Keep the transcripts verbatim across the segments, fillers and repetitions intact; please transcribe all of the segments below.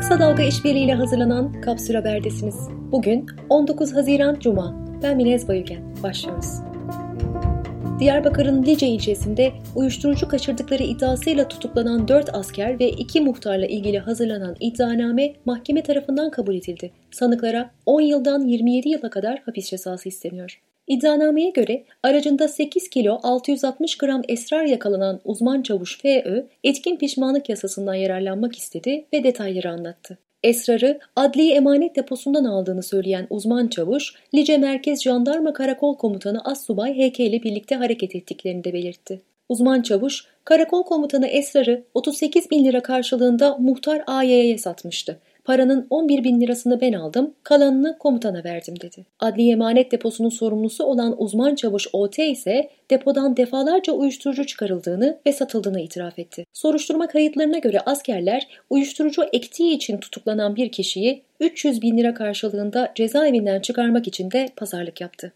Kısa Dalga İşbirliği ile hazırlanan Kapsül Haber'desiniz. Bugün on dokuz Haziran Cuma. Ben Minez Bayülgen. Başlıyoruz. Diyarbakır'ın Lice ilçesinde uyuşturucu kaçırdıkları iddiasıyla tutuklanan dört asker ve iki muhtarla ilgili hazırlanan iddianame mahkeme tarafından kabul edildi. Sanıklara on yıldan yirmi yedi yıla kadar hapis cezası isteniyor. İddianameye göre aracında sekiz kilo altı yüz altmış gram esrar yakalanan uzman çavuş F Ö, etkin pişmanlık yasasından yararlanmak istedi ve detayları anlattı. Esrarı adli emanet deposundan aldığını söyleyen uzman çavuş, Lice Merkez Jandarma Karakol Komutanı Assubay H K ile birlikte hareket ettiklerini de belirtti. Uzman çavuş, Karakol Komutanı esrarı otuz sekiz bin lira karşılığında muhtar A Y'ye satmıştı. Paranın on bir bin lirasını ben aldım, kalanını komutana verdim dedi. Adli emanet deposunun sorumlusu olan uzman çavuş O T ise depodan defalarca uyuşturucu çıkarıldığını ve satıldığını itiraf etti. Soruşturma kayıtlarına göre askerler uyuşturucu ektiği için tutuklanan bir kişiyi üç yüz bin lira karşılığında cezaevinden çıkarmak için de pazarlık yaptı.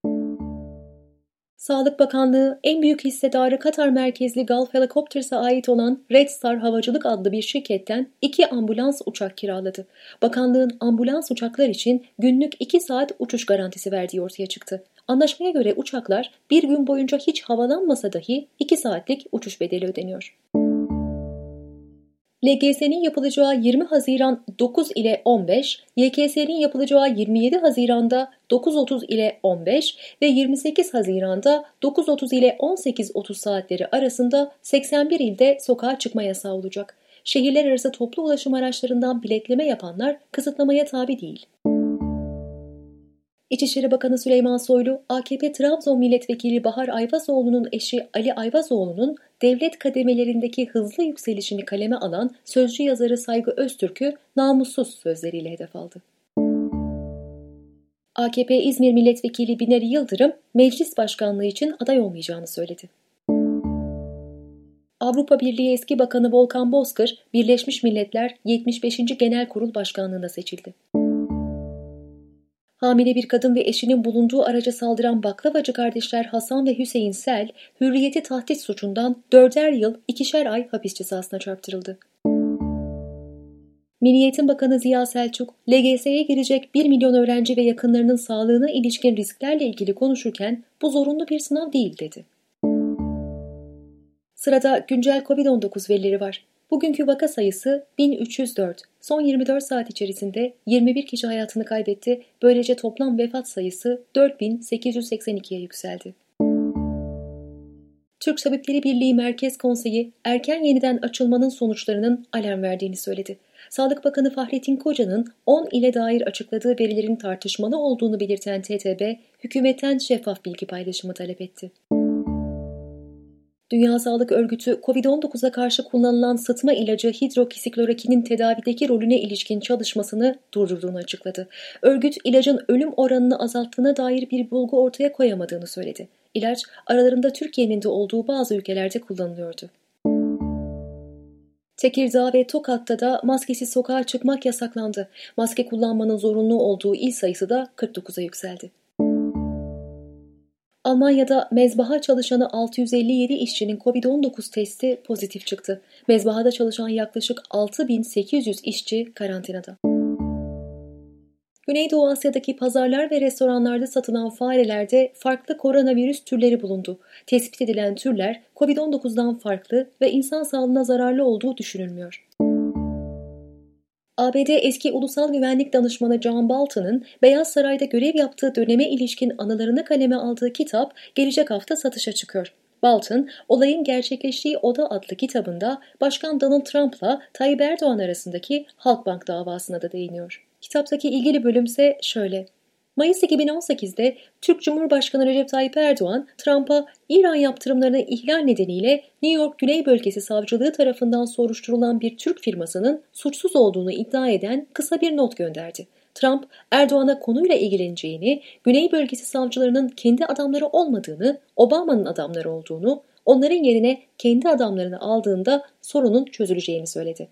Sağlık Bakanlığı, en büyük hissedarı Katar merkezli Gulf Helicopters'a ait olan Red Star Havacılık adlı bir şirketten iki ambulans uçak kiraladı. Bakanlığın ambulans uçaklar için günlük iki saat uçuş garantisi verdiği ortaya çıktı. Anlaşmaya göre uçaklar bir gün boyunca hiç havalanmasa dahi iki saatlik uçuş bedeli ödeniyor. L G S'nin yapılacağı yirmi Haziran dokuz ile on beş, Y K S'nin yapılacağı yirmi yedi Haziran'da dokuz otuz ile on beş ve yirmi sekiz Haziran'da dokuz otuz ile on sekiz otuz saatleri arasında seksen bir ilde sokağa çıkma yasağı olacak. Şehirler arası toplu ulaşım araçlarından biletleme yapanlar kısıtlamaya tabi değil. İçişleri Bakanı Süleyman Soylu, A K P Trabzon Milletvekili Bahar Ayvazoğlu'nun eşi Ali Ayvazoğlu'nun devlet kademelerindeki hızlı yükselişini kaleme alan sözcü yazarı Saygı Öztürk'ü namussuz sözleriyle hedef aldı. A K P İzmir Milletvekili Binali Yıldırım, meclis başkanlığı için aday olmayacağını söyledi. Avrupa Birliği eski bakanı Volkan Bozkır, Birleşmiş Milletler yetmiş beşinci Genel Kurul Başkanlığı'na seçildi. Hamile bir kadın ve eşinin bulunduğu araca saldıran baklavacı kardeşler Hasan ve Hüseyin Sel, hürriyeti tahdit suçundan dörder yıl ikişer ay hapis cezasına çarptırıldı. Milli Eğitim Bakanı Ziya Selçuk, L G S'ye girecek bir milyon öğrenci ve yakınlarının sağlığına ilişkin risklerle ilgili konuşurken bu zorunlu bir sınav değil dedi. Sırada güncel kovid on dokuz verileri var. Bugünkü vaka sayısı bin üç yüz dört. Son yirmi dört saat içerisinde yirmi bir kişi hayatını kaybetti. Böylece toplam vefat sayısı dört bin sekiz yüz seksen ikiye yükseldi. Türk Tabipleri Birliği Merkez Konseyi erken yeniden açılmanın sonuçlarının alarm verdiğini söyledi. Sağlık Bakanı Fahrettin Koca'nın on ile dair açıkladığı verilerin tartışmalı olduğunu belirten T T B, hükümetten şeffaf bilgi paylaşımı talep etti. Dünya Sağlık Örgütü, kovid on dokuza karşı kullanılan sıtma ilacı hidroksiklorokinin tedavideki rolüne ilişkin çalışmasını durdurduğunu açıkladı. Örgüt, ilacın ölüm oranını azalttığına dair bir bulgu ortaya koyamadığını söyledi. İlaç, aralarında Türkiye'nin de olduğu bazı ülkelerde kullanılıyordu. Tekirdağ ve Tokat'ta da maskesiz sokağa çıkmak yasaklandı. Maske kullanmanın zorunlu olduğu il sayısı da kırk dokuza yükseldi. Almanya'da mezbaha çalışanı altı yüz elli yedi işçinin kovid on dokuz testi pozitif çıktı. Mezbahada çalışan yaklaşık altı bin sekiz yüz işçi karantinada. Güneydoğu Asya'daki pazarlar ve restoranlarda satılan farelerde farklı koronavirüs türleri bulundu. Tespit edilen türler kovid on dokuzdan farklı ve insan sağlığına zararlı olduğu düşünülmüyor. A B D eski Ulusal Güvenlik Danışmanı John Bolton'ın Beyaz Saray'da görev yaptığı döneme ilişkin anılarını kaleme aldığı kitap gelecek hafta satışa çıkıyor. Bolton, olayın gerçekleştiği oda adlı kitabında Başkan Donald Trump'la Tayyip Erdoğan arasındaki Halkbank davasına da değiniyor. Kitaptaki ilgili bölümse şöyle. Mayıs iki bin on sekizde Türk Cumhurbaşkanı Recep Tayyip Erdoğan, Trump'a İran yaptırımlarını ihlal nedeniyle New York Güney Bölgesi Savcılığı tarafından soruşturulan bir Türk firmasının suçsuz olduğunu iddia eden kısa bir not gönderdi. Trump, Erdoğan'a konuyla ilgileneceğini, Güney Bölgesi savcılarının kendi adamları olmadığını, Obama'nın adamları olduğunu, onların yerine kendi adamlarını aldığında sorunun çözüleceğini söyledi.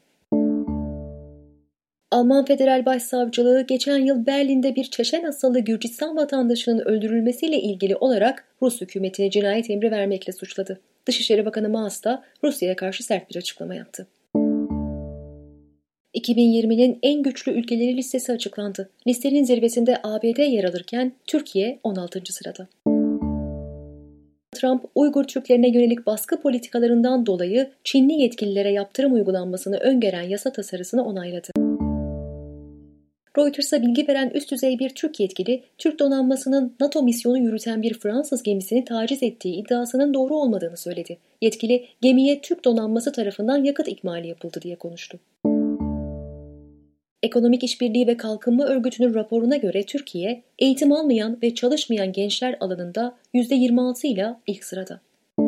Alman Federal Başsavcılığı geçen yıl Berlin'de bir Çeçen asıllı Gürcistan vatandaşının öldürülmesiyle ilgili olarak Rus hükümetine cinayet emri vermekle suçladı. Dışişleri Bakanı Maas da Rusya'ya karşı sert bir açıklama yaptı. iki bin yirminin en güçlü ülkeleri listesi açıklandı. Listenin zirvesinde A B D yer alırken Türkiye on altıncı sırada. Trump, Uygur Türklerine yönelik baskı politikalarından dolayı Çinli yetkililere yaptırım uygulanmasını öngören yasa tasarısını onayladı. Reuters'a bilgi veren üst düzey bir Türk yetkili, Türk donanmasının NATO misyonu yürüten bir Fransız gemisini taciz ettiği iddiasının doğru olmadığını söyledi. Yetkili, gemiye Türk donanması tarafından yakıt ikmali yapıldı diye konuştu. Ekonomik İşbirliği ve Kalkınma Örgütü'nün raporuna göre Türkiye, eğitim almayan ve çalışmayan gençler alanında yüzde yirmi altı ile ilk sırada.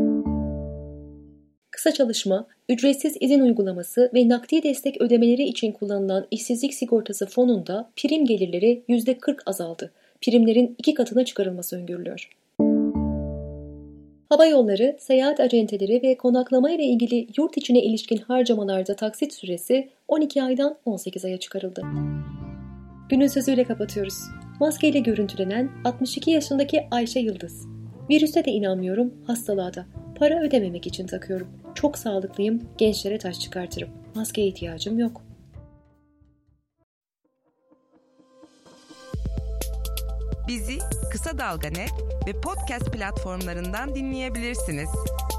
Kısa çalışma, ücretsiz izin uygulaması ve nakdi destek ödemeleri için kullanılan işsizlik sigortası fonunda prim gelirleri yüzde kırk azaldı. Primlerin iki katına çıkarılması öngörülüyor. Hava yolları, seyahat acenteleri ve konaklama ile ilgili yurt içine ilişkin harcamalarda taksit süresi on iki aydan on sekiz aya çıkarıldı. Günün sözüyle kapatıyoruz. Maskeyle görüntülenen altmış iki yaşındaki Ayşe Yıldız. Virüse de inanmıyorum, hastalığa da. Para ödememek için takıyorum. Çok sağlıklıyım, gençlere taş çıkartırım. Maskeye ihtiyacım yok. Bizi Kısa Dalga Net ve podcast platformlarından dinleyebilirsiniz.